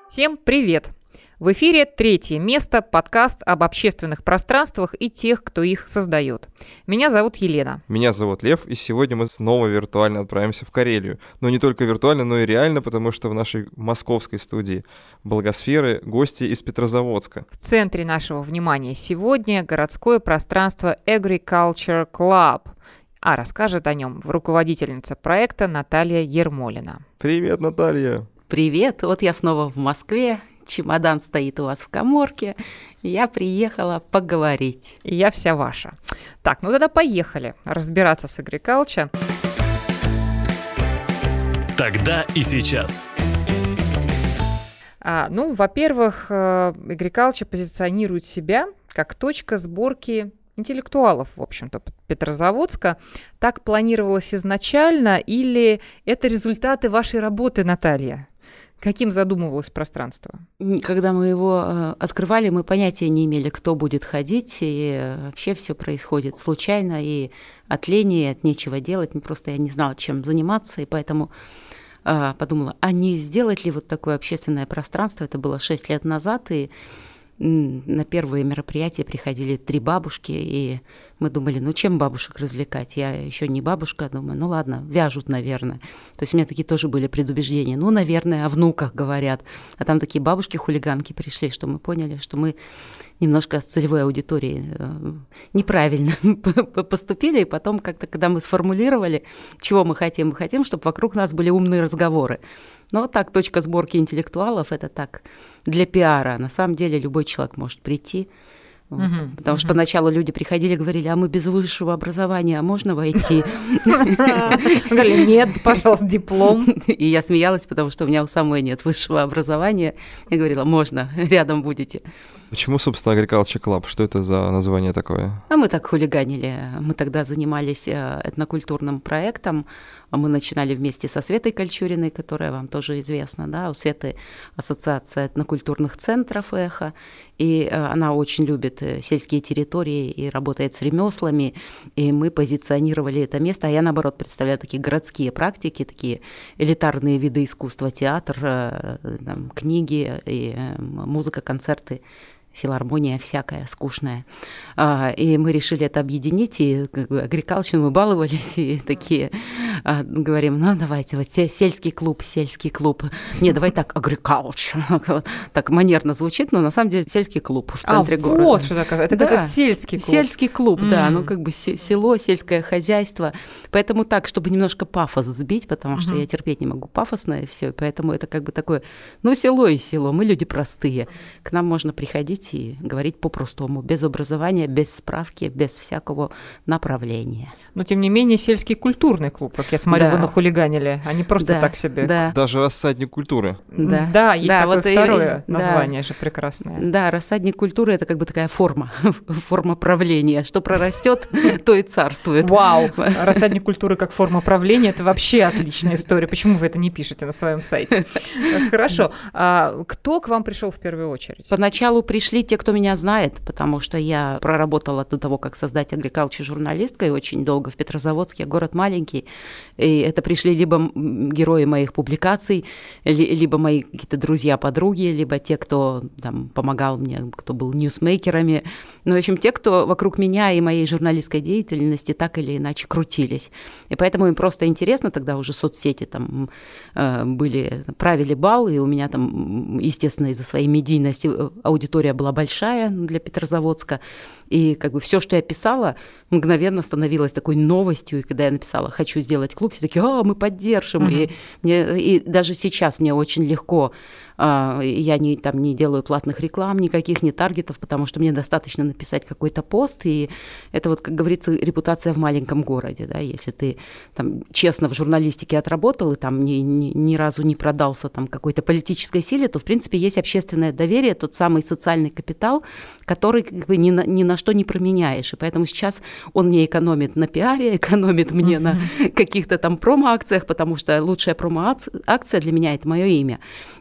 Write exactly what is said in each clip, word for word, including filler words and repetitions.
Всем привет! В эфире «Третье место» – подкаст об общественных пространствах и тех, кто их создает. Меня зовут Елена. Меня зовут Лев, и сегодня мы снова виртуально отправимся в Карелию. Но не только виртуально, но и реально, потому что в нашей московской студии Благосферы гости из Петрозаводска. В центре нашего внимания сегодня городское пространство Agriculture Club. А расскажет о нем руководительница проекта Наталья Ермолина. Привет, Наталья! Привет! Вот я снова в Москве. Чемодан стоит у вас в каморке. Я приехала поговорить. И я вся ваша. Так, ну тогда поехали разбираться с Agriculture. Тогда и сейчас. А, ну, во-первых, Agriculture позиционирует себя как точка сборки интеллектуалов, в общем-то, Петрозаводска. Так планировалось изначально или это результаты вашей работы, Наталья? Каким задумывалось пространство? Когда мы его э, открывали, мы понятия не имели, кто будет ходить, и вообще все происходит случайно, и от лени, и от нечего делать. Просто я не знала, чем заниматься, и поэтому э, подумала, а не сделать ли вот такое общественное пространство? Это было шесть лет назад, и на первые мероприятия приходили три бабушки, и мы думали, ну чем бабушек развлекать? Я еще не бабушка, думаю, ну ладно, вяжут, наверное. То есть у меня такие тоже были предубеждения. Ну, наверное, о внуках говорят. А там такие бабушки-хулиганки пришли, что мы поняли, что мы немножко с целевой аудиторией неправильно поступили. И потом как-то, когда мы сформулировали, чего мы хотим, мы хотим, чтобы вокруг нас были умные разговоры. Но вот так, точка сборки интеллектуалов – это так, для пиара. На самом деле любой человек может прийти. Вот. Uh-huh, Потому uh-huh. что поначалу люди приходили и говорили, а мы без высшего образования, а можно войти? Говорили, нет, пожалуйста, диплом. И я смеялась, потому что у меня у самой нет высшего образования. Я говорила, можно, рядом будете. Почему, собственно, Agriculture Club? Что это за название такое? А мы так хулиганили. Мы тогда занимались этнокультурным проектом. Мы начинали вместе со Светой Кольчуриной, которая вам тоже известна. Да? У Светы ассоциация этнокультурных центров «Эхо». И она очень любит сельские территории и работает с ремеслами. И мы позиционировали это место. А я, наоборот, представляю такие городские практики, такие элитарные виды искусства, театр, там, книги, и музыка, концерты. Филармония всякая, скучная. И мы решили это объединить, и Agriculture мы баловались, и такие говорим, ну, давайте, вот сельский клуб, сельский клуб. Не, давай так, Agriculture. Так манерно звучит, но на самом деле сельский клуб в центре а, города. вот что такое, это, да. это сельский клуб. Сельский клуб, mm. да, ну, как бы село, сельское хозяйство. Поэтому так, чтобы немножко пафос сбить, потому что mm-hmm. я терпеть не могу пафосное все, поэтому это как бы такое, ну, село и село, мы люди простые. К нам можно приходить и говорить по-простому, без образования, без справки, без всякого направления. Но, тем не менее, сельский культурный клуб, как я смотрю, да. вы нахулиганили, а не просто да. так себе. Да. Даже рассадник культуры. Да, да есть да, такое вот второе и, название да. же прекрасное. Да, рассадник культуры – это как бы такая форма, форма правления. Что прорастет, то и царствует. Вау! Рассадник культуры как форма правления – это вообще отличная история. Почему вы это не пишете на своем сайте? Хорошо. А кто к вам пришел в первую очередь? Поначалу пришли те, кто меня знает, потому что я проработала до того, как создать Agriculture журналисткой очень долго в Петрозаводске, город маленький, и это пришли либо герои моих публикаций, либо мои какие-то друзья-подруги, либо те, кто там помогал мне, кто был ньюсмейкерами, ну, в общем, те, кто вокруг меня и моей журналистской деятельности так или иначе крутились. И поэтому им просто интересно, тогда уже соцсети там были, правили бал, и у меня там, естественно, из-за своей медийности аудитория была большая для Петрозаводска, и как бы все, что я писала, мгновенно становилось такой новостью, и когда я написала «хочу сделать клуб», все такие «а, мы поддержим», mm-hmm. и, мне, и даже сейчас мне очень легко, я не, там, не делаю платных реклам никаких, не таргетов, потому что мне достаточно написать какой-то пост, и это вот, как говорится, репутация в маленьком городе, да, если ты там честно в журналистике отработал и там ни, ни, ни разу не продался там какой-то политической силе, то, в принципе, есть общественное доверие, тот самый социальный капитал, который как бы ни на, ни на что не променяешь, и поэтому сейчас он мне экономит на пиаре, экономит мне mm-hmm. на каких-то там промо-акциях, потому что лучшая промо-акция для меня – это мое имя. И я напишу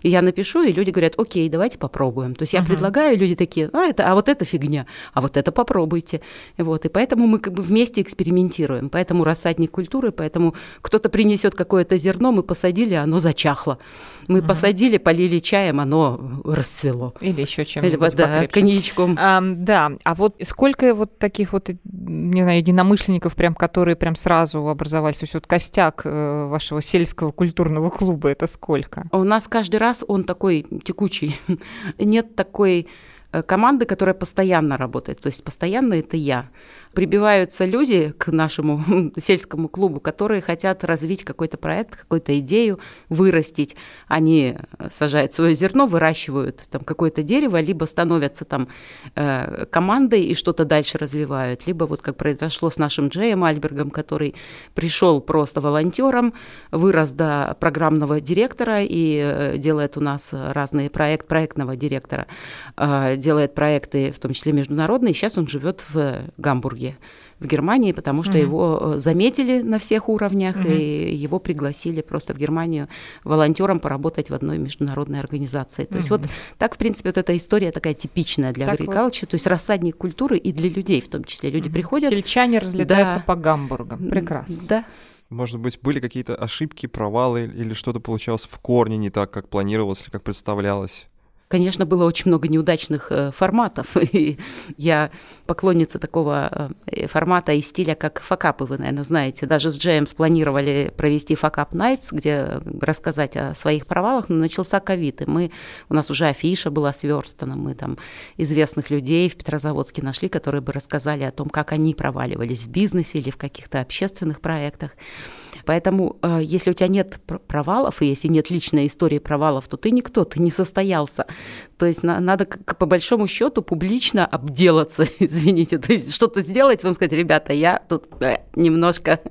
пишу, и люди говорят, окей, давайте попробуем. То есть я uh-huh. предлагаю, люди такие, а, это, а вот это фигня, а вот это попробуйте. Вот, и поэтому мы как бы вместе экспериментируем. Поэтому рассадник культуры, поэтому кто-то принесет какое-то зерно, мы посадили, оно зачахло. Мы uh-huh. посадили, полили чаем, оно расцвело. Или еще чем-нибудь Или, да, коньячком. А, да, а вот сколько вот таких вот, не знаю, единомышленников, прям, которые прям сразу образовались, то есть вот костяк вашего сельского культурного клуба, это сколько? У нас каждый раз он такой текучий. Нет такой команды, которая постоянно работает. То есть постоянно это я. Прибиваются люди к нашему сельскому клубу, которые хотят развить какой-то проект, какую-то идею, вырастить. Они сажают свое зерно, выращивают там какое-то дерево, либо становятся там э, командой и что-то дальше развивают, либо вот как произошло с нашим Джеем Альбергом, который пришел просто волонтером, вырос до программного директора и э, делает у нас разные проекты, проектного директора, э, делает проекты, в том числе международные. Сейчас он живет в Гамбурге, в Германии, потому что mm-hmm. его заметили на всех уровнях, mm-hmm. и его пригласили просто в Германию волонтером поработать в одной международной организации. То mm-hmm. есть вот так, в принципе, вот эта история такая типичная для агрикалчи, вот. То есть рассадник культуры и для людей в том числе. Люди mm-hmm. приходят. Сельчане разлетаются да. по Гамбургам. Прекрасно. Да. Может быть, были какие-то ошибки, провалы, или что-то получалось в корне не так, как планировалось, или как представлялось? Конечно, было очень много неудачных форматов, и я поклонница такого формата и стиля, как факапы, вы, наверное, знаете. Даже с Джеем спланировали провести факап найтс, где рассказать о своих провалах, но начался ковид, и мы, у нас уже афиша была сверстана, мы там известных людей в Петрозаводске нашли, которые бы рассказали о том, как они проваливались в бизнесе или в каких-то общественных проектах. Поэтому, если у тебя нет провалов, и если нет личной истории провалов, то ты никто, ты не состоялся. То есть надо, по большому счету, публично обделаться, извините, то есть что-то сделать, вам сказать, ребята, я тут немножко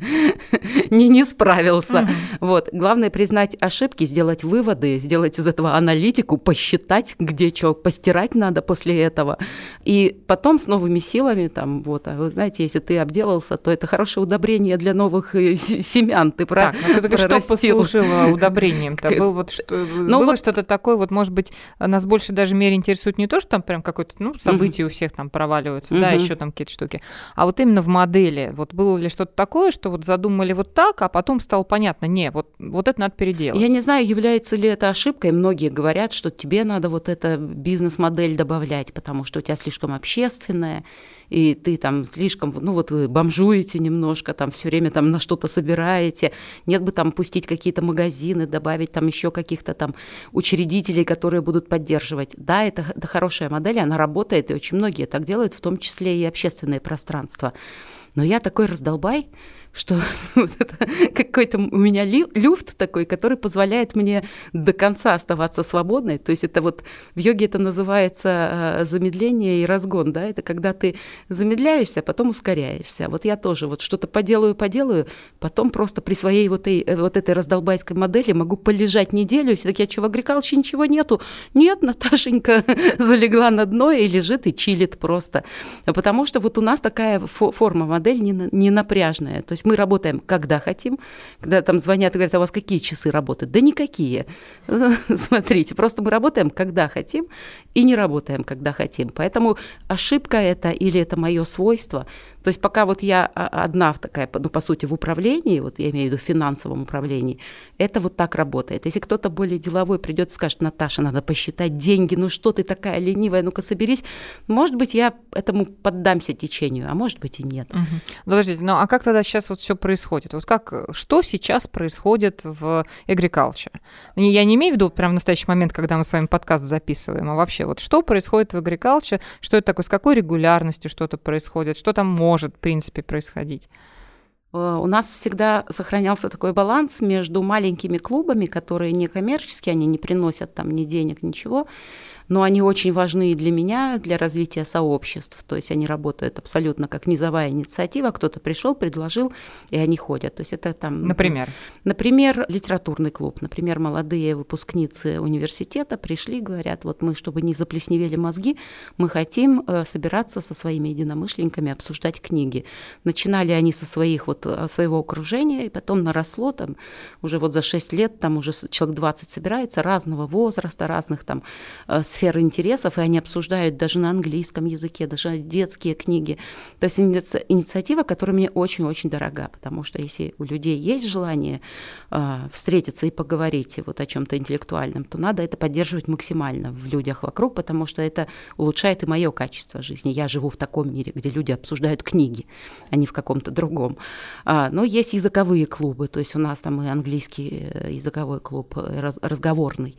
не, не справился. Mm-hmm. Вот. Главное признать ошибки, сделать выводы, сделать из этого аналитику, посчитать, где что, постирать надо после этого. И потом с новыми силами, там, вот, а вы знаете, если ты обделался, то это хорошее удобрение для новых семян. Ты про, так, ну, это что послужило удобрением-то? Был вот что, ну, было вот... что-то такое, вот, может быть, нас больше даже в мере интересует не то, что там прям какое-то, ну, событие uh-huh. у всех там проваливаются, uh-huh. да, еще там какие-то штуки, а вот именно в модели. Вот было ли что-то такое, что вот задумали вот так, а потом стало понятно, не, вот, вот это надо переделать? Я не знаю, является ли это ошибкой. Многие говорят, что тебе надо вот эту бизнес-модель добавлять, потому что у тебя слишком общественная, и ты там слишком, ну вот вы бомжуете немножко, там все время там на что-то собираете, нет бы там пустить какие-то магазины, добавить там еще каких-то там учредителей, которые будут поддерживать. Да, это, это хорошая модель, она работает, и очень многие так делают, в том числе и общественное пространство. Но я такой раздолбай, что вот это какой-то у меня люфт такой, который позволяет мне до конца оставаться свободной. То есть это вот в йоге это называется замедление и разгон, да, это когда ты замедляешься, а потом ускоряешься. Вот я тоже вот что-то поделаю, поделаю, потом просто при своей вот, этой, вот этой раздолбайской модели могу полежать неделю, и все такие, а что, в агрикалче ничего нету? Нет, Наташенька залегла на дно и лежит и чилит просто. Потому что вот у нас такая форма, модель не напряжная. То есть мы работаем, когда хотим. Когда там звонят и говорят, а у вас какие часы работают? Да никакие. Смотрите, просто мы работаем, когда хотим, и не работаем, когда хотим. Поэтому ошибка это или это мое свойство. То есть пока вот я одна такая, ну, по сути, в управлении, вот я имею в виду в финансовом управлении, это вот так работает. Если кто-то более деловой придет и скажет, Наташа, надо посчитать деньги, ну что ты такая ленивая, ну-ка соберись. Может быть, я этому поддамся течению, а может быть и нет. Угу. Подождите, ну а как тогда сейчас вот все происходит? Вот как, что сейчас происходит в agriculture? Я не имею в виду прямо в настоящий момент, когда мы с вами подкаст записываем, а вообще вот что происходит в agriculture, что это такое, с какой регулярностью что-то происходит, что там может, в принципе, происходить? У нас всегда сохранялся такой баланс между маленькими клубами, которые не коммерческие, они не приносят там ни денег, ничего, но они очень важны и для меня, для развития сообществ. То есть они работают абсолютно как низовая инициатива. Кто-то пришел, предложил, и они ходят. То есть это там... Например? Например, литературный клуб. Например, молодые выпускницы университета пришли, говорят, вот мы, чтобы не заплесневели мозги, мы хотим собираться со своими единомышленниками, обсуждать книги. Начинали они со своих, вот, своего окружения, и потом наросло, там, уже вот за шесть лет, там уже человек двадцать собирается, разного возраста, разных там сфер интересов, и они обсуждают даже на английском языке, даже детские книги. То есть инициатива, которая мне очень-очень дорога, потому что если у людей есть желание встретиться и поговорить вот о чем-то интеллектуальном, то надо это поддерживать максимально в людях вокруг, потому что это улучшает и мое качество жизни. Я живу в таком мире, где люди обсуждают книги, а не в каком-то другом. Но есть языковые клубы, то есть у нас там и английский языковой клуб, разговорный,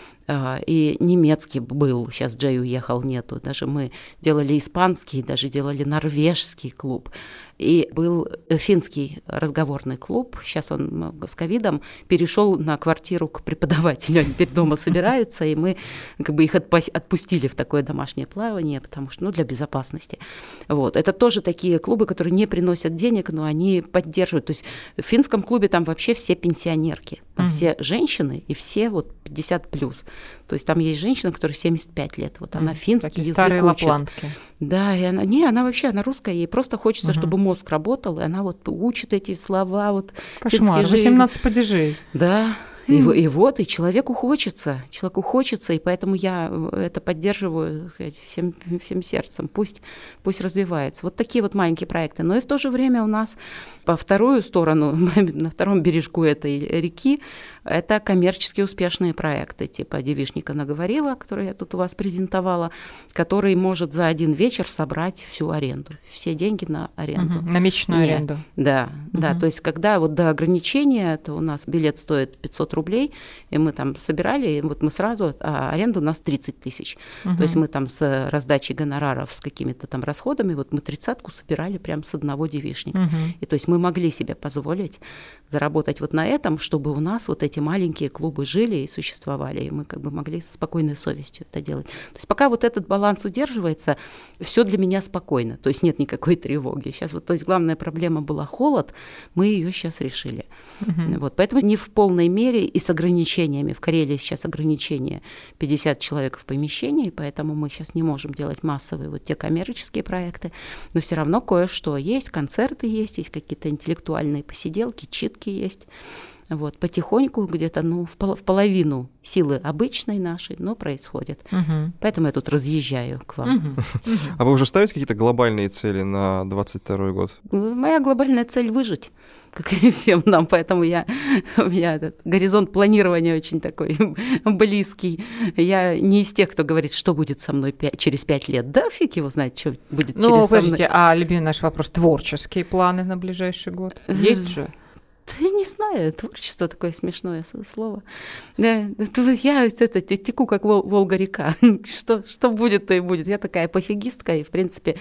и немецкий был, сейчас Джей уехал, нету, даже мы делали испанский, даже делали норвежский клуб. И был финский разговорный клуб, сейчас он с ковидом перешел на квартиру к преподавателю, они теперь дома собираются, и мы как бы их отпустили в такое домашнее плавание, потому что, ну, для безопасности. Вот. Это тоже такие клубы, которые не приносят денег, но они поддерживают. То есть в финском клубе там вообще все пенсионерки, там mm-hmm. все женщины и все вот пятьдесят плюс. То есть там есть женщина, которая семьдесят пять лет, вот она mm-hmm. финский Такие язык старые учит. лапландки. Да, и она, не, она вообще, она русская, ей просто хочется, mm-hmm. чтобы мозг работал, и она вот учит эти слова, вот кошмар, восемнадцать падежей. Да. И, mm. и вот, и человеку хочется, человеку хочется, и поэтому я это поддерживаю всем, всем сердцем, пусть, пусть развивается. Вот такие вот маленькие проекты. Но и в то же время у нас по вторую сторону, на втором бережку этой реки, это коммерчески успешные проекты, типа «Девичника наговорила», который я тут у вас презентовала, который может за один вечер собрать всю аренду, все деньги на аренду. Uh-huh. На месячную Нет. аренду. Да, uh-huh. да, то есть когда вот до ограничения, то у нас билет стоит пятьсот рублей, и мы там собирали, и вот мы сразу, а аренда у нас тридцать тысяч. Uh-huh. То есть мы там с раздачей гонораров, с какими-то там расходами, вот мы тридцатку собирали прям с одного девичника. Uh-huh. И то есть мы могли себе позволить заработать вот на этом, чтобы у нас вот эти маленькие клубы жили и существовали, и мы как бы могли со спокойной совестью это делать. То есть пока вот этот баланс удерживается, все для меня спокойно, то есть нет никакой тревоги. Сейчас вот, то есть главная проблема была холод, мы ее сейчас решили. Uh-huh. Вот, поэтому не в полной мере и с ограничениями. В Карелии сейчас ограничение пятьдесят человек в помещении, поэтому мы сейчас не можем делать массовые вот те коммерческие проекты, но все равно кое-что есть, концерты есть, есть какие-то интеллектуальные посиделки, читки есть. Вот, потихоньку, где-то ну, в, пол- в половину силы обычной нашей, но происходит. Угу. Поэтому я тут разъезжаю к вам. Угу. Угу. А вы уже ставите какие-то глобальные цели на двадцать второй год? Моя глобальная цель — выжить, как и всем нам, поэтому я, у меня этот горизонт планирования очень такой близкий. Я не из тех, кто говорит, что будет со мной пять, через пять лет. Да фиг его знает, что будет ну, через подождите, со мной. А любимый наш вопрос, творческие планы на ближайший год? Есть же? Да не знаю, творчество такое смешное слово. Да, я это, теку, как Вол, Волга-река. Что, что будет, то и будет. Я такая пофигистка, и, в принципе,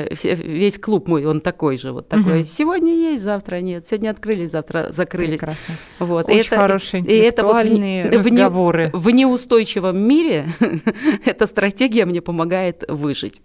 весь клуб мой, он такой же. Вот такой. Угу. Сегодня есть, завтра нет. Сегодня открылись, завтра закрылись. Прекрасно. Вот. Очень и это, хорошие интеллектуальные и это вот в, разговоры. В, не, в неустойчивом мире эта стратегия мне помогает выжить.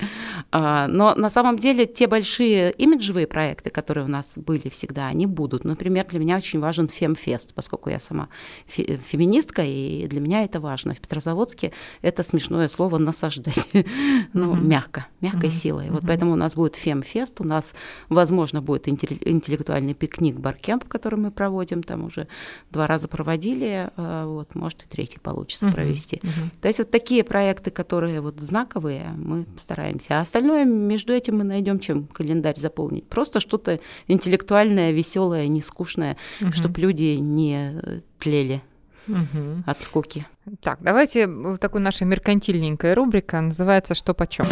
Но на самом деле те большие имиджевые проекты, которые у нас были всегда, они будут. Например, для меня очень важен фемфест, поскольку я сама фе- феминистка, и для меня это важно. В Петрозаводске это смешное слово «насаждать». Ну, uh-huh. мягко, мягкой uh-huh. силой. Вот uh-huh. поэтому у нас будет фемфест, у нас, возможно, будет интеллектуальный пикник баркемп, который мы проводим, там уже два раза проводили, вот, может, и третий получится uh-huh. провести. Uh-huh. То есть вот такие проекты, которые вот знаковые, мы стараемся. А остальное между этим мы найдем, чем календарь заполнить. Просто что-то интеллектуальное, веселое, не скучное, угу. чтобы люди не тлели угу. от скуки. Так, давайте такой наша меркантильненькая рубрика, называется «Что почем?».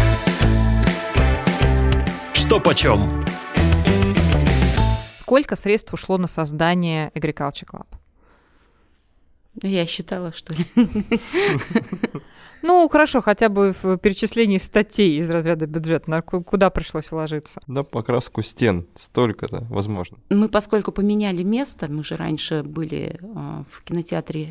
Что почем? Сколько средств ушло на создание Agriculture Club? Я считала, что ли. Ну, хорошо, хотя бы в перечислении статей из разряда бюджета, куда пришлось вложиться? На покраску стен столько-то, возможно. Мы, поскольку поменяли место, мы же раньше были в кинотеатре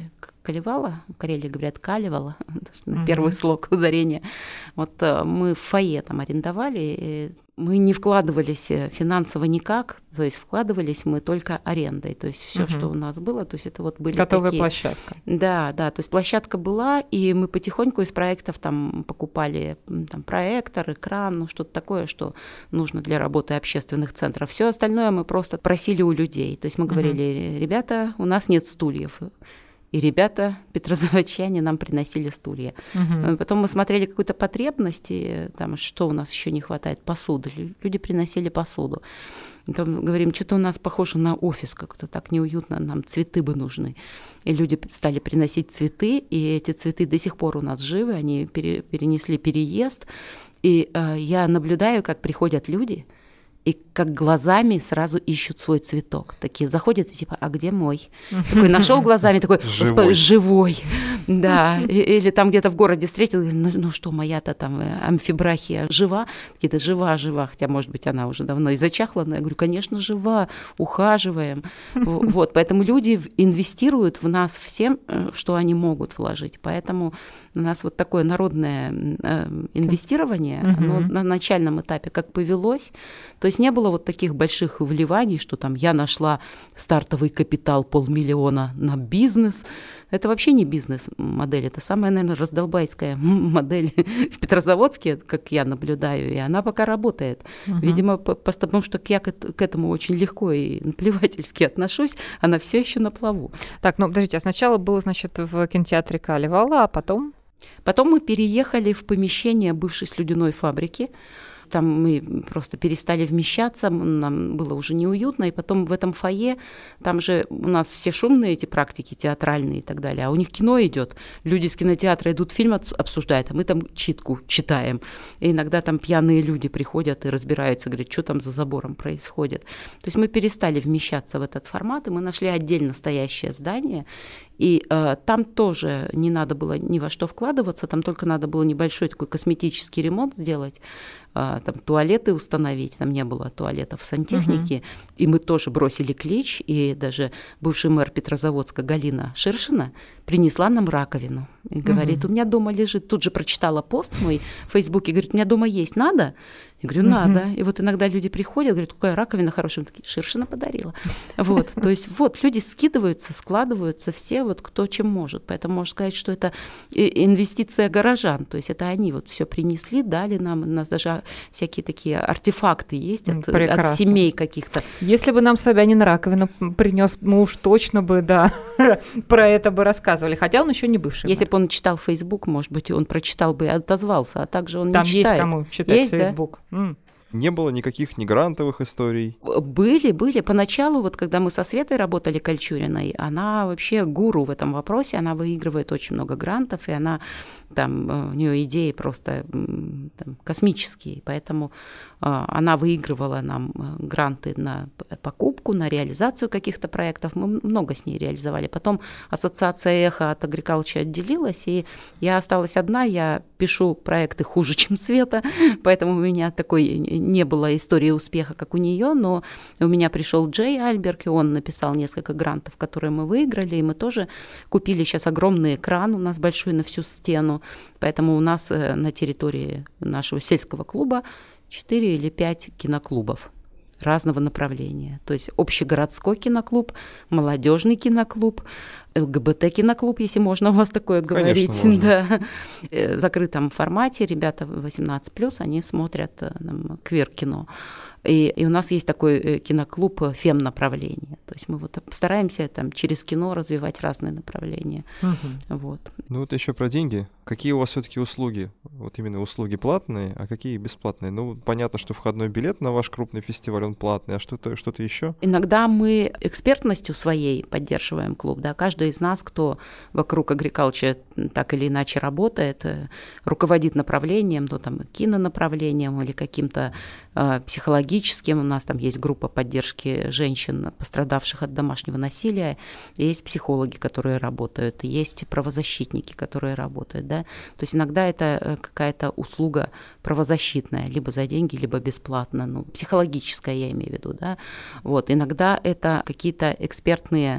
Калевала, в Карелии говорят Калевала, Мгм. первый слог ударения. Вот э, мы в фойе там арендовали, и мы не вкладывались э, финансово никак, то есть вкладывались мы только арендой, то есть все, Мгм. что у нас было, то есть это вот были Готовая такие... площадка. Да, да, то есть площадка была, и мы потихоньку из проектов там покупали м, там, проектор, экран, ну что-то такое, что нужно для работы общественных центров. Все остальное мы просто просили у людей. То есть мы Мгм. говорили: ребята, у нас нет стульев. И ребята, петрозаводчане, нам приносили стулья. Мгм. Потом мы смотрели какую-то потребность, и там, что у нас еще не хватает, посуды. Лю- Люди приносили посуду. Потом говорим, что-то у нас похоже на офис, как-то так неуютно, нам цветы бы нужны. И люди стали приносить цветы, и эти цветы до сих пор у нас живы, они пере- перенесли переезд. И э, я наблюдаю, как приходят люди, и как глазами сразу ищут свой цветок. Такие заходят и типа: а где мой? Такой нашел глазами, такой: Живой. «Господи, живой. Да. И- Или там где-то в городе встретил, говорит, ну, ну что, моя-то там э, амфибрахия жива? Какие-то жива, жива. Хотя, может быть, она уже давно и зачахла, но я говорю, конечно, жива, ухаживаем. В- Вот, поэтому люди в- инвестируют в нас всем, э, что они могут вложить. Поэтому у нас вот такое народное м, э, инвестирование, Мгм. оно на начальном этапе как повелось. То есть не было вот таких больших вливаний, что там я нашла стартовый капитал полмиллиона на бизнес. Это вообще не бизнес-модель, это самая, наверное, раздолбайская модель в Петрозаводске, как я наблюдаю, и она пока работает. Мгм. Видимо, по- потому что я к эт- к этому очень легко и наплевательски отношусь, она все еще на плаву. Так, ну подождите, а сначала было, значит, в кинотеатре Калевала, а потом... Потом мы переехали в помещение бывшей слюдяной фабрики. Там мы просто перестали вмещаться, м, нам было уже неуютно. И потом в этом фойе, там же у нас все шумные эти практики театральные и так далее, а у них кино идет. Люди с кинотеатра идут, фильм отс- обсуждают, а мы там читку читаем. И иногда там пьяные люди приходят и разбираются, говорят, что там за забором происходит. То есть мы перестали вмещаться в этот формат, и мы нашли отдельно стоящее здание. И э, там тоже не надо было ни во что вкладываться, там только надо было небольшой такой косметический ремонт сделать, э, там туалеты установить, там не было туалетов сантехники, и мы тоже бросили клич, и даже бывший мэр Петрозаводска Галина Ширшина принесла нам раковину и говорит: Мгм. у меня дома лежит, тут же прочитала пост мой в Фейсбуке, говорит, у меня дома есть, надо? Я говорю, Мгм. надо. И вот иногда люди приходят, говорят, какая раковина хорошая. Мы такие, Ширшина подарила. Вот, то есть вот люди скидываются, складываются все, вот кто чем может. Поэтому можно сказать, что это и- инвестиция горожан. То есть это они вот все принесли, дали нам. У нас даже всякие такие артефакты есть М, от, от прекрасно. семей каких-то. Если бы нам Собянин раковину принес, мы уж точно бы, да, про это бы рассказывали. Хотя он еще не бывший. Если мэр. бы он читал Facebook, может быть, он прочитал бы и отозвался, а также он Там не есть читает. кому читать Есть, да? Facebook. М. Не было никаких ни грантовых историй. Были, были. Поначалу, вот когда мы со Светой работали Кольчуриной, она вообще гуру в этом вопросе, она выигрывает очень много грантов, и она там, э, у нее идеи просто м, там, космические, поэтому э, она выигрывала нам э, гранты на п- покупку, на реализацию каких-то проектов. Мы м- много с ней реализовали. Потом ассоциация «Эхо» от Агрикалчи отделилась, и я осталась одна, я пишу проекты хуже, чем Света, поэтому у меня такой не было истории успеха, как у нее, но у меня пришел Джей Альберг, и он написал несколько грантов, которые мы выиграли, и мы тоже купили сейчас огромный экран, у нас большой на всю стену, поэтому у нас э, на территории нашего сельского клуба четыре или пять киноклубов разного направления. То есть общегородской киноклуб, молодежный киноклуб, ЛГБТ-киноклуб, если можно у вас такое говорить. Конечно, можно. Да. Э, В закрытом формате ребята восемнадцать плюс, они смотрят э, там, квир-кино. И, и у нас есть такой э, киноклуб э, фем-направления. То есть мы вот стараемся там через кино развивать разные направления. Мгм. Вот. Ну вот еще про деньги. Какие у вас все-таки услуги? Вот именно услуги платные, а какие бесплатные? Ну, понятно, что входной билет на ваш крупный фестиваль, он платный, а что-то что-то еще? Иногда мы экспертностью своей поддерживаем клуб. Да? Каждый из нас, кто вокруг Agriculture так или иначе работает, э, руководит направлением, ну, там, кинонаправлением или каким-то э, психологическим. У нас там есть группа поддержки женщин, пострадавших от домашнего насилия. Есть психологи, которые работают, есть правозащитники, которые работают. Да? То есть иногда это э, какая-то услуга правозащитная, либо за деньги, либо бесплатно. Ну, психологическая, я имею в виду. Да? Вот. Иногда это какие-то экспертные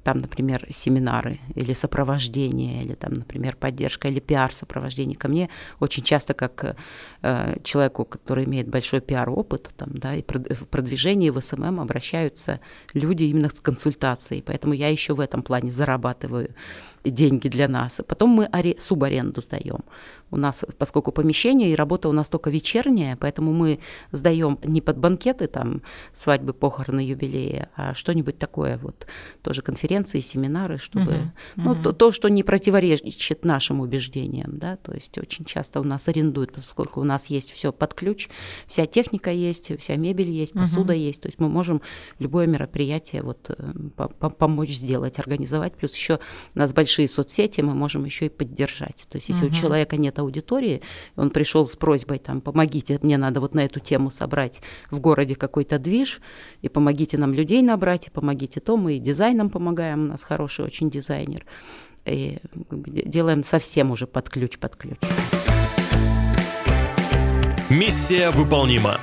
там, например, семинары или сопровождение, или там, например, поддержка или пиар-сопровождение. Ко мне очень часто, как э, человеку, который имеет большой пиар-опыт, там, да, и в продвижении в эс эм эм обращаются люди именно с консультацией, поэтому я еще в этом плане зарабатываю деньги для нас. Потом мы аре... субаренду сдаем. У нас, поскольку помещение и работа у нас только вечерняя, поэтому мы сдаем не под банкеты, там, свадьбы, похороны, юбилеи, а что-нибудь такое, вот, тоже конференции, семинары, чтобы, uh-huh, ну, uh-huh. То, то, что не противоречит нашим убеждениям, да, то есть очень часто у нас арендуют, поскольку у нас есть все под ключ, вся техника есть, вся мебель есть, посуда uh-huh. есть, то есть мы можем любое мероприятие вот помочь сделать, организовать, плюс еще у нас большие соцсети, мы можем еще и поддержать, то есть если uh-huh. у человека нет аудитории, он пришел с просьбой, там, помогите, мне надо вот на эту тему собрать в городе какой-то движ, и помогите нам людей набрать, и помогите то, мы и дизайном помогаем, у нас хороший очень дизайнер, и делаем совсем уже под ключ, под ключ. Миссия выполнима.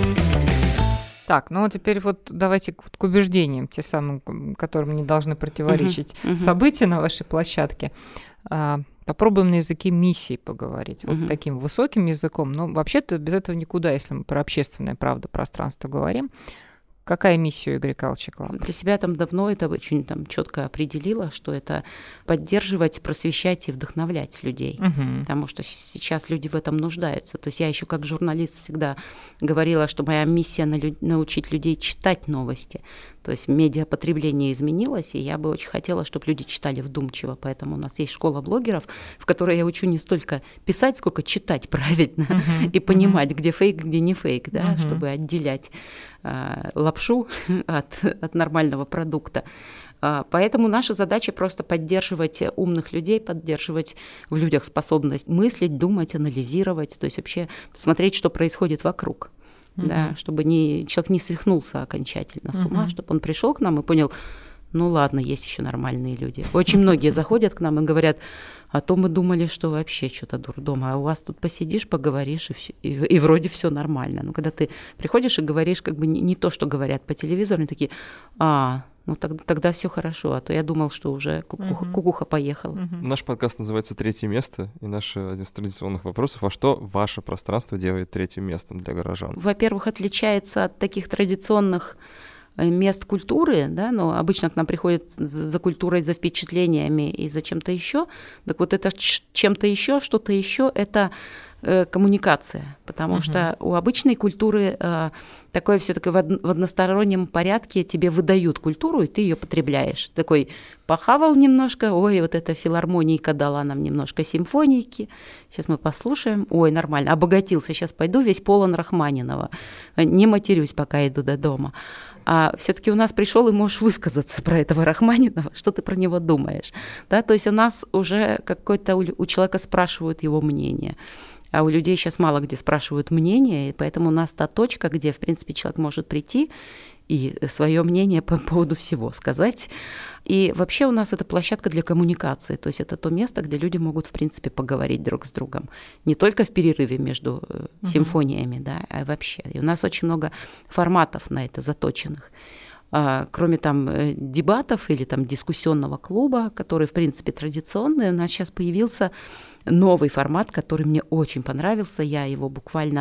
Так, ну теперь вот давайте к, к убеждениям, те самые, которым не должны противоречить uh-huh, uh-huh. события на вашей площадке. А, попробуем на языке миссии поговорить, uh-huh. вот таким высоким языком. Но вообще-то без этого никуда, если мы про общественное, правда, пространство говорим. Какая миссия у Agriculture Club? Для себя там давно это очень там четко определила, что это поддерживать, просвещать и вдохновлять людей, uh-huh. потому что сейчас люди в этом нуждаются. То есть я еще как журналист всегда говорила, что моя миссия научить людей читать новости. То есть медиапотребление изменилось, и я бы очень хотела, чтобы люди читали вдумчиво. Поэтому у нас есть школа блогеров, в которой я учу не столько писать, сколько читать правильно uh-huh. и понимать, uh-huh. где фейк, где не фейк, да, uh-huh. чтобы отделять э, лапшу от, от нормального продукта. Поэтому наша задача просто поддерживать умных людей, поддерживать в людях способность мыслить, думать, анализировать, то есть вообще смотреть, что происходит вокруг. Uh-huh. Да, чтобы не, человек не свихнулся окончательно с ума, uh-huh. чтобы он пришел к нам и понял, ну ладно, есть еще нормальные люди. Очень многие заходят к нам и говорят, а то мы думали, что вообще что-то дурдом, а у вас тут посидишь, поговоришь, и, всё, и, и вроде все нормально. Но когда ты приходишь и говоришь как бы не, не то, что говорят по телевизору, они такие, а, ну тогда, тогда все хорошо, а то я думал, что уже кукуха, uh-huh. кукуха поехала. Uh-huh. Наш подкаст называется «Третье место», и наш один из традиционных вопросов, а что ваше пространство делает третьим местом для горожан? Во-первых, отличается от таких традиционных мест культуры, да, но обычно к нам приходят за культурой, за впечатлениями и за чем-то еще. Так вот это чем-то еще, что-то еще, это э, коммуникация, потому uh-huh. что у обычной культуры э, такое все-таки в, од- в одностороннем порядке тебе выдают культуру, и ты ее потребляешь. Такой похавал немножко, ой, вот эта филармонийка дала нам немножко симфонийки, сейчас мы послушаем, ой, нормально, обогатился, сейчас пойду весь полон Рахманинова, не матерюсь, пока иду до дома. А все-таки у нас пришел и можешь высказаться про этого Рахманинова, что ты про него думаешь. Да? То есть у нас уже какой-то у человека спрашивают его мнение. А у людей сейчас мало где спрашивают мнение, и поэтому у нас та точка, где, в принципе, человек может прийти и свое мнение по поводу всего сказать. И вообще у нас это площадка для коммуникации, то есть это то место, где люди могут, в принципе, поговорить друг с другом. Не только в перерыве между uh-huh. симфониями, да, а вообще. И у нас очень много форматов на это заточенных. Кроме там дебатов или там дискуссионного клуба, который, в принципе, традиционный, у нас сейчас появился новый формат, который мне очень понравился. Я его буквально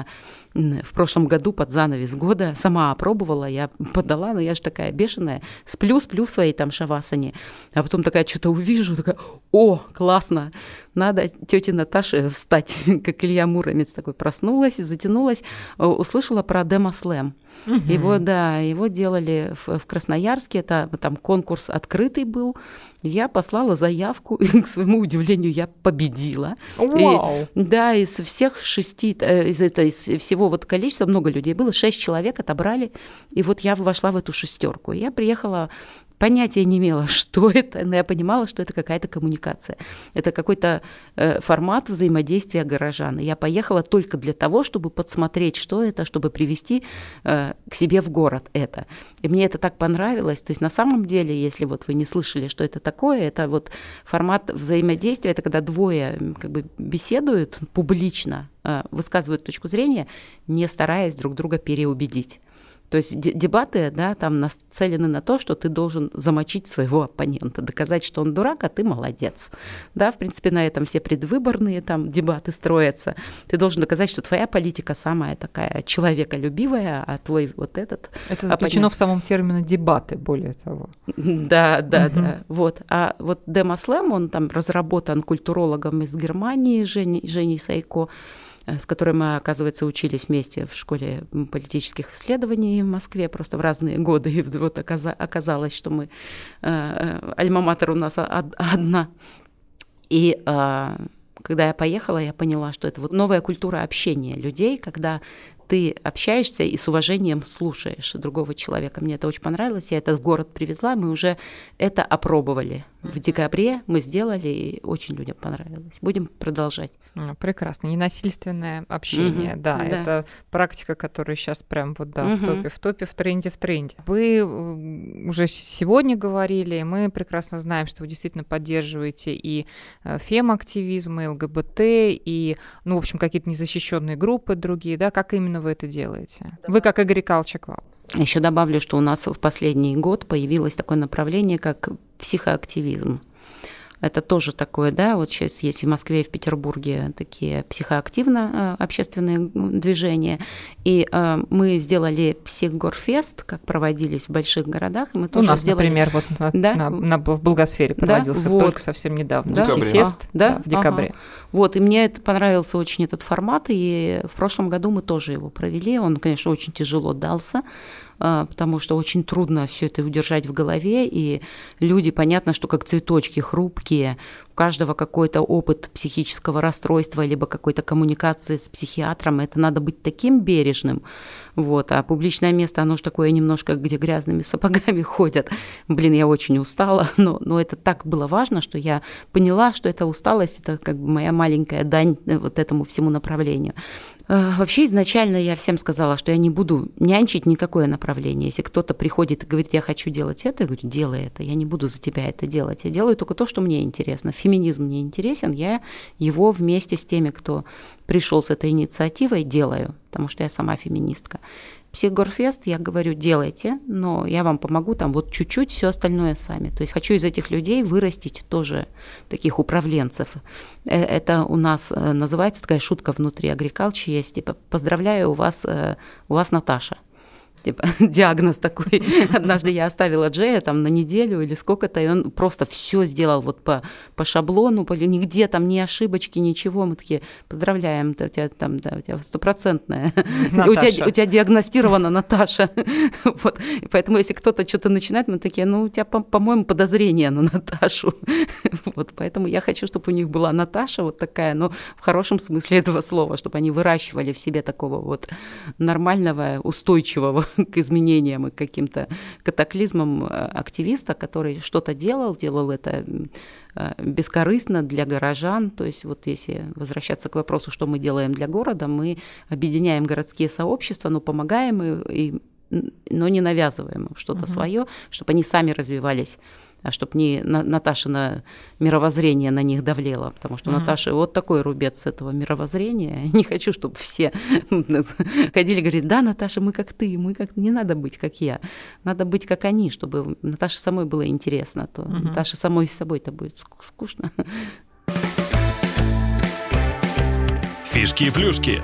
в прошлом году под занавес года сама опробовала, я подала, но я же такая бешеная, сплю, сплю в своей там шавасане, а потом такая что-то увижу, такая, о, классно, надо тете Наташе встать, как Илья Муромец такой, проснулась и затянулась, услышала про демо-слэм. Угу. Его, да, его делали в, в Красноярске, это там конкурс открытый был, я послала заявку, и, к своему удивлению, я победила. Wow. И, да, из всех шести, из, это, из всего вот количества, много людей было, шесть человек отобрали, и вот я вошла в эту шестерку. Я приехала, понятия не имела, что это, но я понимала, что это какая-то коммуникация. Это какой-то э, формат взаимодействия горожан. И я поехала только для того, чтобы подсмотреть, что это, чтобы привести э, к себе в город это. И мне это так понравилось. То есть на самом деле, если вот вы не слышали, что это такое, это вот формат взаимодействия, это когда двое как бы беседуют публично, э, высказывают точку зрения, не стараясь друг друга переубедить. То есть дебаты, да, там нацелены на то, что ты должен замочить своего оппонента, доказать, что он дурак, а ты молодец. Да, в принципе, на этом все предвыборные там дебаты строятся. Ты должен доказать, что твоя политика самая такая человеколюбивая, а твой вот этот... Это заключено оппонент... в самом термине дебаты, более того. Да, да, угу. да. Вот. А вот Демослэм, он там разработан культурологом из Германии, Женей, Женей Сайко, с которой мы, оказывается, учились вместе в школе политических исследований в Москве, просто в разные годы. И вот оказалось, что мы... Альма-матер у нас одна. И когда я поехала, я поняла, что это вот новая культура общения людей, когда ты общаешься и с уважением слушаешь другого человека. Мне это очень понравилось. Я это в город привезла, мы уже это опробовали. В декабре мы сделали, и очень людям понравилось. Будем продолжать. Прекрасно. Ненасильственное общение. Угу, да, да, это практика, которая сейчас прям вот, да, угу. в топе, в топе, в тренде, в тренде. Вы уже сегодня говорили, мы прекрасно знаем, что вы действительно поддерживаете и фем-активизм, и ЛГБТ, и, ну, в общем, какие-то незащищенные группы другие, да, как именно вы это делаете? Вы как Agriculture Club. Еще добавлю, что у нас в последний год появилось такое направление, как психоактивизм. Это тоже такое, да, вот сейчас есть в Москве и в Петербурге такие психоактивно общественные движения. И э, мы сделали психгорфест, как проводились в больших городах. И мы тоже У нас, сделали... например, вот на, да? на, на, в Благосфере проводился да? вот. только совсем недавно. Да? Психфест а, да? Да, в декабре. Ага. Вот, и мне это понравился очень этот формат, и в прошлом году мы тоже его провели. Он, конечно, очень тяжело дался, потому что очень трудно все это удержать в голове, и люди, понятно, что как цветочки хрупкие, у каждого какой-то опыт психического расстройства, либо какой-то коммуникации с психиатром, это надо быть таким бережным, вот, а публичное место, оно же такое немножко, где грязными сапогами ходят. Блин, я очень устала, но, но это так было важно, что я поняла, что эта усталость, это как бы моя маленькая дань вот этому всему направлению. Вообще изначально я всем сказала, что я не буду нянчить никакое направление. Если кто-то приходит и говорит, я хочу делать это, я говорю, делай это, я не буду за тебя это делать. Я делаю только то, что мне интересно. Феминизм мне интересен, я его вместе с теми, кто пришел с этой инициативой, делаю, потому что я сама феминистка. Психгорфест, я говорю, делайте, но я вам помогу там вот чуть-чуть, все остальное сами. То есть хочу из этих людей вырастить тоже таких управленцев. Это у нас называется такая шутка внутри Agriculture есть, типа, поздравляю, у вас, у вас Наташа. Типа, диагноз такой. Однажды я оставила Джея там на неделю или сколько-то, и он просто все сделал вот по, по шаблону, по, нигде там ни ошибочки, ничего. Мы такие, поздравляем, у тебя там, да, у тебя стопроцентная. У тебя, у тебя диагностирована Наташа. Вот. И поэтому, если кто-то что-то начинает, мы такие, ну, у тебя, по- по-моему, подозрение на Наташу. Вот. Поэтому я хочу, чтобы у них была Наташа вот такая, но в хорошем смысле этого слова, чтобы они выращивали в себе такого вот нормального, устойчивого к изменениям и к каким-то катаклизмам активиста, который что-то делал, делал это бескорыстно для горожан. То есть вот если возвращаться к вопросу, что мы делаем для города, мы объединяем городские сообщества, но помогаем им, но не навязываем им что-то угу. свое, чтобы они сами развивались, а чтобы не Наташино мировоззрение на них давлело, потому что у mm-hmm. Наташи вот такой рубец этого мировоззрения. Я не хочу, чтобы все ходили и говорили, да, Наташа, мы как ты, мы как... Не надо быть, как я. Надо быть, как они, чтобы Наташе самой было интересно. То mm-hmm. Наташе самой с собой-то будет скучно. Фишки и плюшки.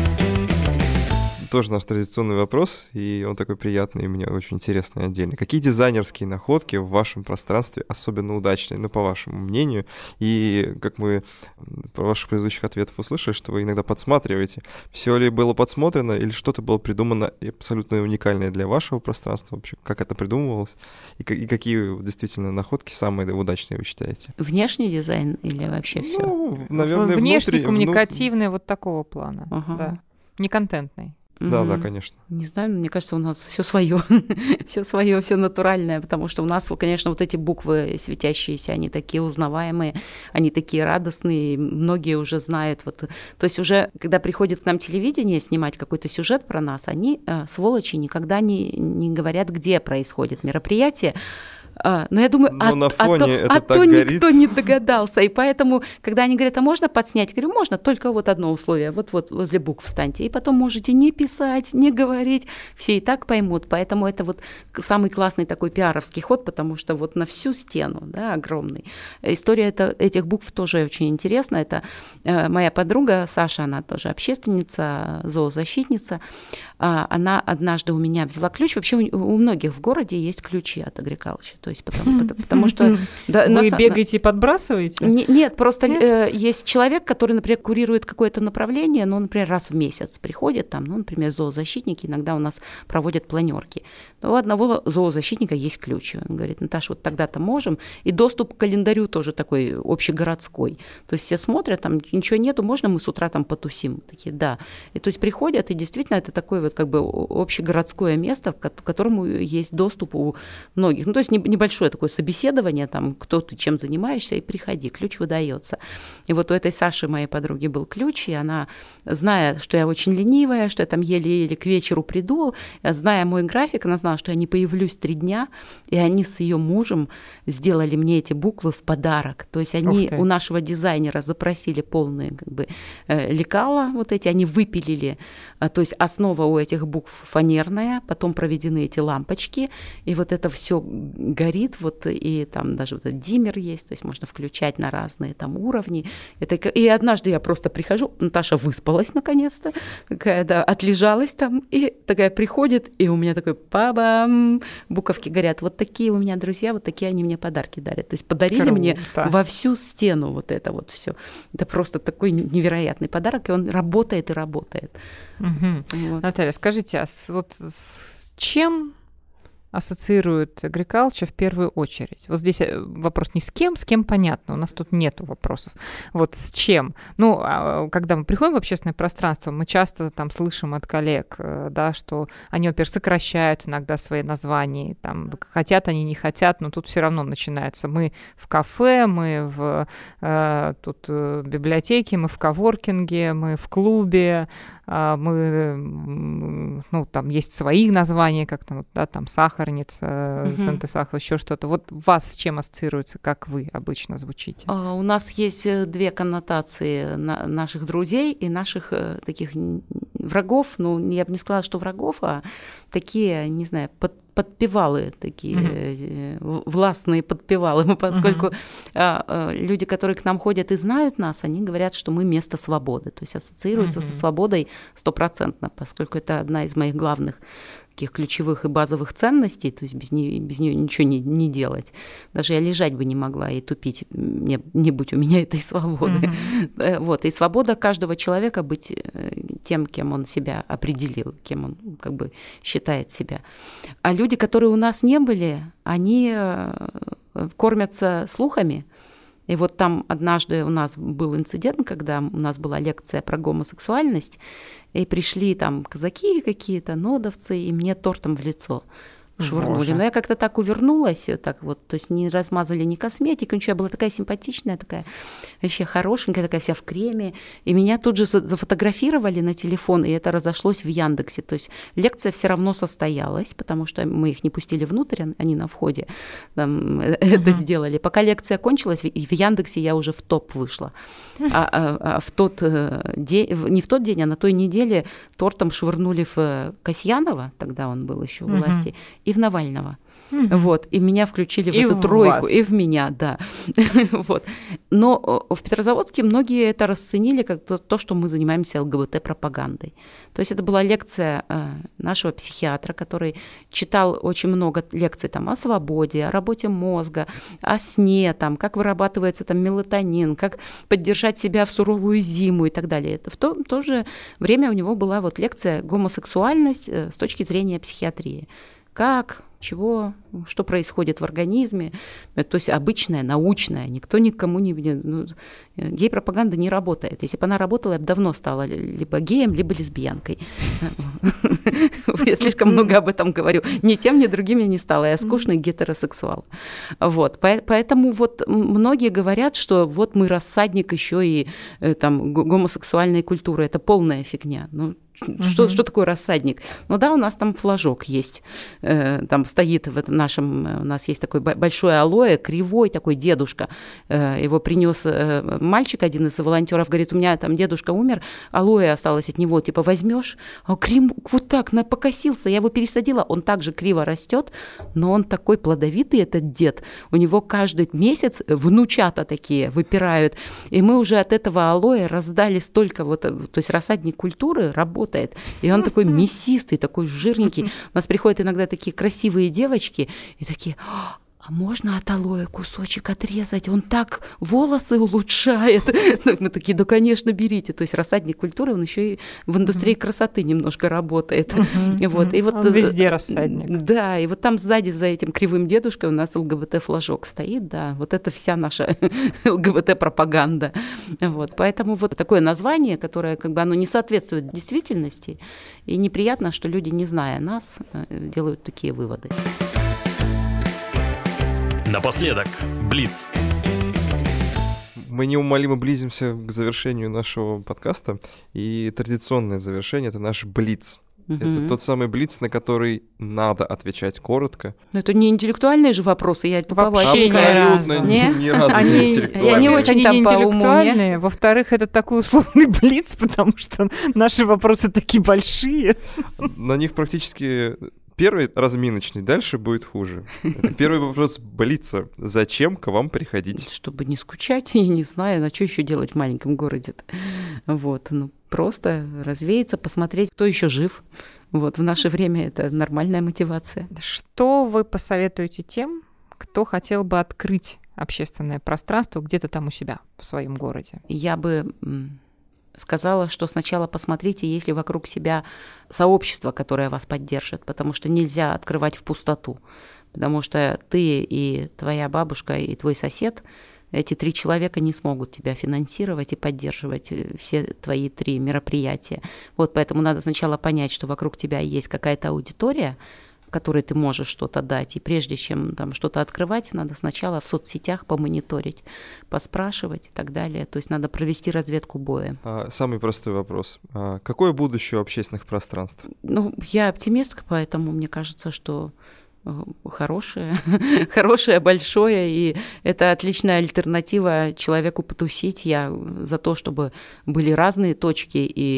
Тоже наш традиционный вопрос, и он такой приятный, и мне очень интересный отдельно. Какие дизайнерские находки в вашем пространстве особенно удачные, ну, по вашему мнению? И как мы по ваших предыдущих ответах услышали, что вы иногда подсматриваете, все ли было подсмотрено, или что-то было придумано абсолютно уникальное для вашего пространства вообще? Как это придумывалось? И, и какие действительно находки самые удачные вы считаете? Внешний дизайн или вообще все? Ну, наверное, внешний, внутри, коммуникативный, вну... вот такого плана, ага. да. Не контентный. Да, mm-hmm. да, конечно. Не знаю, мне кажется, у нас все свое, все свое, все натуральное, потому что у нас, конечно, вот эти буквы светящиеся, они такие узнаваемые, они такие радостные, многие уже знают. Вот. То есть уже, когда приходит к нам телевидение снимать какой-то сюжет про нас, они, сволочи, никогда не, не говорят, где происходит мероприятие. А, но я думаю, но а, на фоне а, это а так то горит. Никто не догадался. И поэтому, когда они говорят, а можно подснять? Я говорю, можно, только вот одно условие. Вот-вот возле букв встаньте. И потом можете не писать, не говорить. Все и так поймут. Поэтому это вот самый классный такой пиаровский ход, потому что вот на всю стену, да, огромный. История это, этих букв тоже очень интересна. Это э, моя подруга Саша, она тоже общественница, зоозащитница. А, она однажды у меня взяла ключ. Вообще у, у многих в городе есть ключи от Агрикалча. То есть потому, потому, потому что... Да, вы на, бегаете и подбрасываете? Не, нет, просто нет? Э, есть человек, который, например, курирует какое-то направление, ну, например, раз в месяц приходит, там, ну, например, зоозащитники иногда у нас проводят планерки. У одного зоозащитника есть ключ. Он говорит, Наташа, вот тогда-то можем. И доступ к календарю тоже такой общегородской. То есть все смотрят, там ничего нету, можно мы с утра там потусим? Такие, да. И то есть приходят, и действительно это такое вот как бы общегородское место, к которому есть доступ у многих. Ну, то есть небольшое такое собеседование, там, кто ты, чем занимаешься, и приходи, ключ выдается. И вот у этой Саши, моей подруги, был ключ, и она, зная, что я очень ленивая, что я там еле-еле к вечеру приду, зная мой график, она знала, что я не появлюсь три дня, и они с ее мужем сделали мне эти буквы в подарок. То есть они у нашего дизайнера запросили полные как бы лекала вот эти, они выпилили, то есть основа у этих букв фанерная, потом проведены эти лампочки, и вот это все горит, вот, и там даже вот этот диммер есть, то есть можно включать на разные там уровни. Это, и однажды я просто прихожу, Наташа выспалась наконец-то, такая, да, отлежалась там, и такая приходит, и у меня такой па-бам, буковки горят. Вот такие у меня друзья, вот такие они мне подарки дарят. То есть подарили Круто. Мне во всю стену вот это вот все. Это просто такой невероятный подарок, и он работает и работает. Угу. Вот. Наталья, скажите, а с, вот с чем ассоциируют Agriculture в первую очередь? Вот здесь вопрос не с кем, с кем понятно, у нас тут нету вопросов. Вот с чем? Ну, когда мы приходим в общественное пространство, мы часто там слышим от коллег, да, что они, во-первых, сокращают иногда свои названия, там, хотят они, не хотят, но тут все равно начинается. Мы в кафе, мы в э, тут в библиотеке, мы в коворкинге, мы в клубе, э, мы, ну, там есть свои названия, как там, да, там сахар, Uh-huh. центы сахара, еще что-то. Вот вас с чем ассоциируется, как вы обычно звучите? Uh, у нас есть две коннотации на наших друзей и наших uh, таких врагов. Ну, я бы не сказала, что врагов, а такие, не знаю, под подпевалы такие, uh-huh. властные подпевалы, поскольку uh-huh. люди, которые к нам ходят и знают нас, они говорят, что мы место свободы, то есть ассоциируются uh-huh. со свободой стопроцентно, поскольку это одна из моих главных таких ключевых и базовых ценностей, то есть без нее, без нее ничего не, не делать. Даже я лежать бы не могла и тупить, не, не будь у меня этой свободы. Mm-hmm. Вот. И свобода каждого человека быть тем, кем он себя определил, кем он как бы считает себя. А люди, которые у нас не были, они кормятся слухами. И вот там однажды у нас был инцидент, когда у нас была лекция про гомосексуальность, и пришли там казаки какие-то, нодовцы, и мне тортом в лицо швырнули. Боже. Но я как-то так увернулась, так вот, то есть не размазали ни косметику, ничего. Я была такая симпатичная, такая вообще хорошенькая, такая вся в креме. И меня тут же зафотографировали на телефон, и это разошлось в Яндексе. То есть лекция все равно состоялась, потому что мы их не пустили внутрь, они на входе там, uh-huh. это сделали. Пока лекция кончилась, и в Яндексе я уже в топ вышла. А, а, а в тот день, не в тот день, а на той неделе тортом швырнули в Касьянова, тогда он был еще у uh-huh. власти, и в Навального. Mm-hmm. Вот, и меня включили в и эту в тройку, вас. И в меня, да. Вот. Но в Петрозаводске многие это расценили как то, то, что мы занимаемся ЛГБТ-пропагандой. То есть это была лекция нашего психиатра, который читал очень много лекций там, о свободе, о работе мозга, о сне, там, как вырабатывается там, мелатонин, как поддержать себя в суровую зиму и так далее. Это в то, в то же время у него была вот лекция «Гомосексуальность с точки зрения психиатрии». Как, чего, что происходит в организме, то есть обычная, научная, никто никому не... Ну, гей-пропаганда не работает. Если бы она работала, я бы давно стала либо геем, либо лесбиянкой. Я слишком много об этом говорю. Ни тем, ни другим я не стала. Я скучный гетеросексуал. Вот. Поэтому вот многие говорят, что вот мы рассадник еще и там гомосексуальной культуры. Это полная фигня. Ну, Что, что такое рассадник? Ну да, у нас там флажок есть, там стоит в этом нашем, у нас есть такой большой алоэ, кривой такой дедушка, его принес мальчик, один из волонтеров, говорит, у меня там дедушка умер, алоэ осталось от него, типа возьмешь, а крем вот так на покосился, я его пересадила, он также криво растет, но он такой плодовитый, этот дед, у него каждый месяц внучата такие выпирают, и мы уже от этого алоэ раздали столько вот, то есть рассадник культуры работает, и он такой мясистый, такой жирненький, у нас приходят иногда такие красивые девочки, и такие... А можно от алоэ кусочек отрезать? Он так волосы улучшает. Мы такие, да, конечно, берите. То есть рассадник культуры, он еще и в индустрии красоты немножко работает. Uh-huh, вот. uh-huh. И вот, он везде рассадник. Да, и вот там сзади за этим кривым дедушкой у нас ЛГБТ-флажок стоит, да. Вот это вся наша ЛГБТ-пропаганда. Вот. Поэтому вот такое название, которое как бы оно не соответствует действительности, и неприятно, что люди, не зная нас, делают такие выводы. Напоследок, Блиц. Мы неумолимо близимся к завершению нашего подкаста, и традиционное завершение — это наш Блиц. Угу. Это тот самый Блиц, на который надо отвечать коротко. Но это не интеллектуальные же вопросы, я вообще абсолютно ни разу, ни разу они, не интеллектуальные. Они очень они не там по уму, интеллектуальные. Во-вторых, это такой условный Блиц, потому что наши вопросы такие большие. На них практически... Первый разминочный, дальше будет хуже. Это первый вопрос Блица. Зачем к вам приходить? Чтобы не скучать, я не знаю, а что еще делать в маленьком городе-то. Вот, ну, просто развеяться, посмотреть, кто еще жив. Вот, в наше время это нормальная мотивация. Что вы посоветуете тем, кто хотел бы открыть общественное пространство где-то там у себя, в своем городе? Я бы... сказала, что сначала посмотрите, есть ли вокруг себя сообщество, которое вас поддержит, потому что нельзя открывать в пустоту, потому что ты и твоя бабушка, и твой сосед, эти три человека не смогут тебя финансировать и поддерживать все твои три мероприятия. Вот поэтому надо сначала понять, что вокруг тебя есть какая-то аудитория, которой ты можешь что-то дать. И прежде чем там что-то открывать, надо сначала в соцсетях помониторить, поспрашивать и так далее. То есть надо провести разведку боя. А, самый простой вопрос. А какое будущее у общественных пространств? Ну, я оптимистка, поэтому мне кажется, что хорошее, хорошее, большое, и это отличная альтернатива человеку потусить. Я за то, чтобы были разные точки,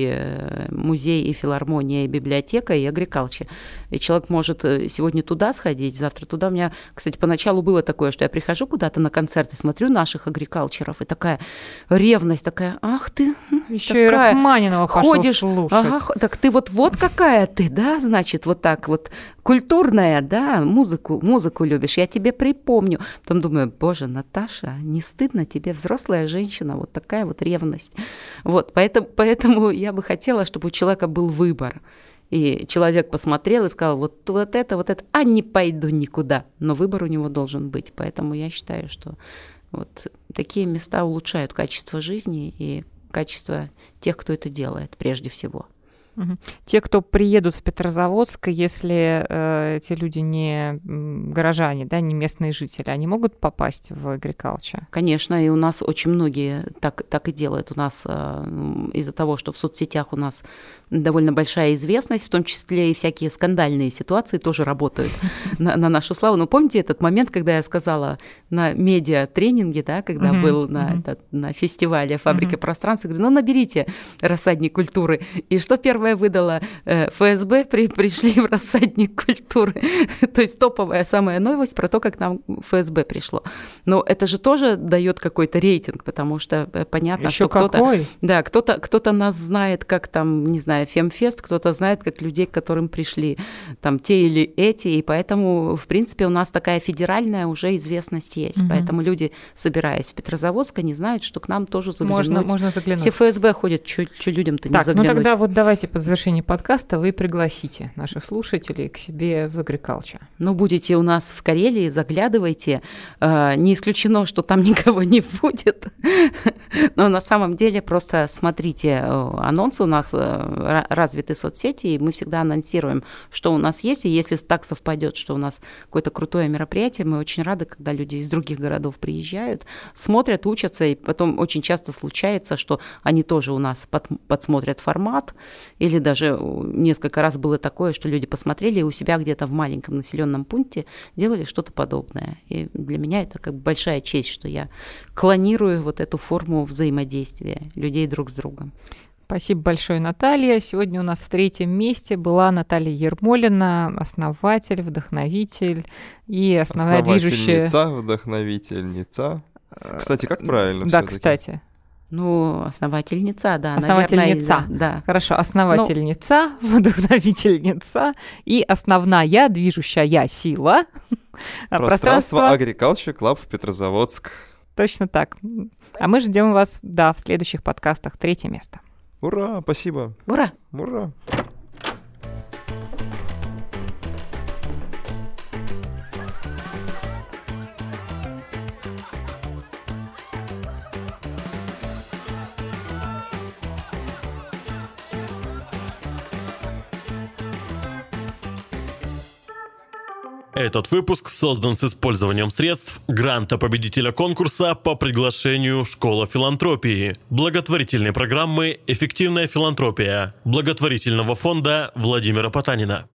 и музей, и филармония, и библиотека, и агрикалча. И человек может сегодня туда сходить, завтра туда. У меня, кстати, поначалу было такое, что я прихожу куда-то на концерт и смотрю наших агрикалчеров, и такая ревность, такая, ах ты, еще такая, и Рахманинова пошел ходишь, слушать. Ага, так ты вот, вот какая ты, да, значит, вот так вот, культурная, да, музыку, музыку любишь, я тебе припомню. Потом думаю, боже, Наташа, не стыдно тебе, взрослая женщина, вот такая вот ревность. Вот, поэтому, поэтому я бы хотела, чтобы у человека был выбор. И человек посмотрел и сказал, вот, вот это, вот это, а не пойду никуда. Но выбор у него должен быть. Поэтому я считаю, что вот такие места улучшают качество жизни и качество тех, кто это делает, прежде всего. Те, кто приедут в Петрозаводск, если э, эти люди не горожане, да, не местные жители, они могут попасть в агрикалча? Конечно, и у нас очень многие так, так и делают. У нас э, из-за того, что в соцсетях у нас довольно большая известность, в том числе и всякие скандальные ситуации тоже работают на, на нашу славу. Но помните этот момент, когда я сказала на медиа-тренинге, да, когда uh-huh, был на, uh-huh. это, на фестивале «Фабрика uh-huh. пространства», говорю, ну наберите рассадник культуры. И что первое выдала эф эс бэ, при, пришли в рассадник культуры. То есть топовая самая новость про то, как нам эф эс бэ пришло. Но это же тоже дает какой-то рейтинг, потому что понятно, Еще что кто-то, какой? да, кто-то, кто-то нас знает как там, не знаю, Фемфест, кто-то знает как людей, к которым пришли там те или эти, и поэтому, в принципе, у нас такая федеральная уже известность есть. Угу. Поэтому люди, собираясь в Петрозаводск, не знают, что к нам тоже заглянуть. Можно, можно заглянуть. Все эф эс бэ ходят, что людям-то так, не заглянуть. Ну тогда вот давайте по завершении подкаста вы пригласите наших слушателей к себе в агрикалча. Ну, будете у нас в Карелии, заглядывайте. Не исключено, что там никого не будет. Но на самом деле просто смотрите анонсы. У нас развиты соцсети, и мы всегда анонсируем, что у нас есть. И если так совпадет, что у нас какое-то крутое мероприятие, мы очень рады, когда люди из других городов приезжают, смотрят, учатся, и потом очень часто случается, что они тоже у нас под, подсмотрят формат, и Или даже несколько раз было такое, что люди посмотрели и у себя где-то в маленьком населенном пункте делали что-то подобное. И для меня это как бы большая честь, что я клонирую вот эту форму взаимодействия людей друг с другом. Спасибо большое, Наталья. Сегодня у нас в третьем месте была Наталья Ермолина, основатель, вдохновитель и основная движущая... Основательница, вдохновительница. Кстати, как правильно Да, всё-таки? кстати. Ну, основательница, да. Основательница. Наверное, да. Хорошо, основательница, ну... вдохновительница и основная движущая сила. Пространство Agriculture Club Петрозаводск. Точно так. А мы ждем вас, да, в следующих подкастах. Третье место. Ура, спасибо. Ура! Ура. Этот выпуск создан с использованием средств гранта победителя конкурса по приглашению «Школа филантропии», благотворительной программы «Эффективная филантропия», благотворительного фонда Владимира Потанина.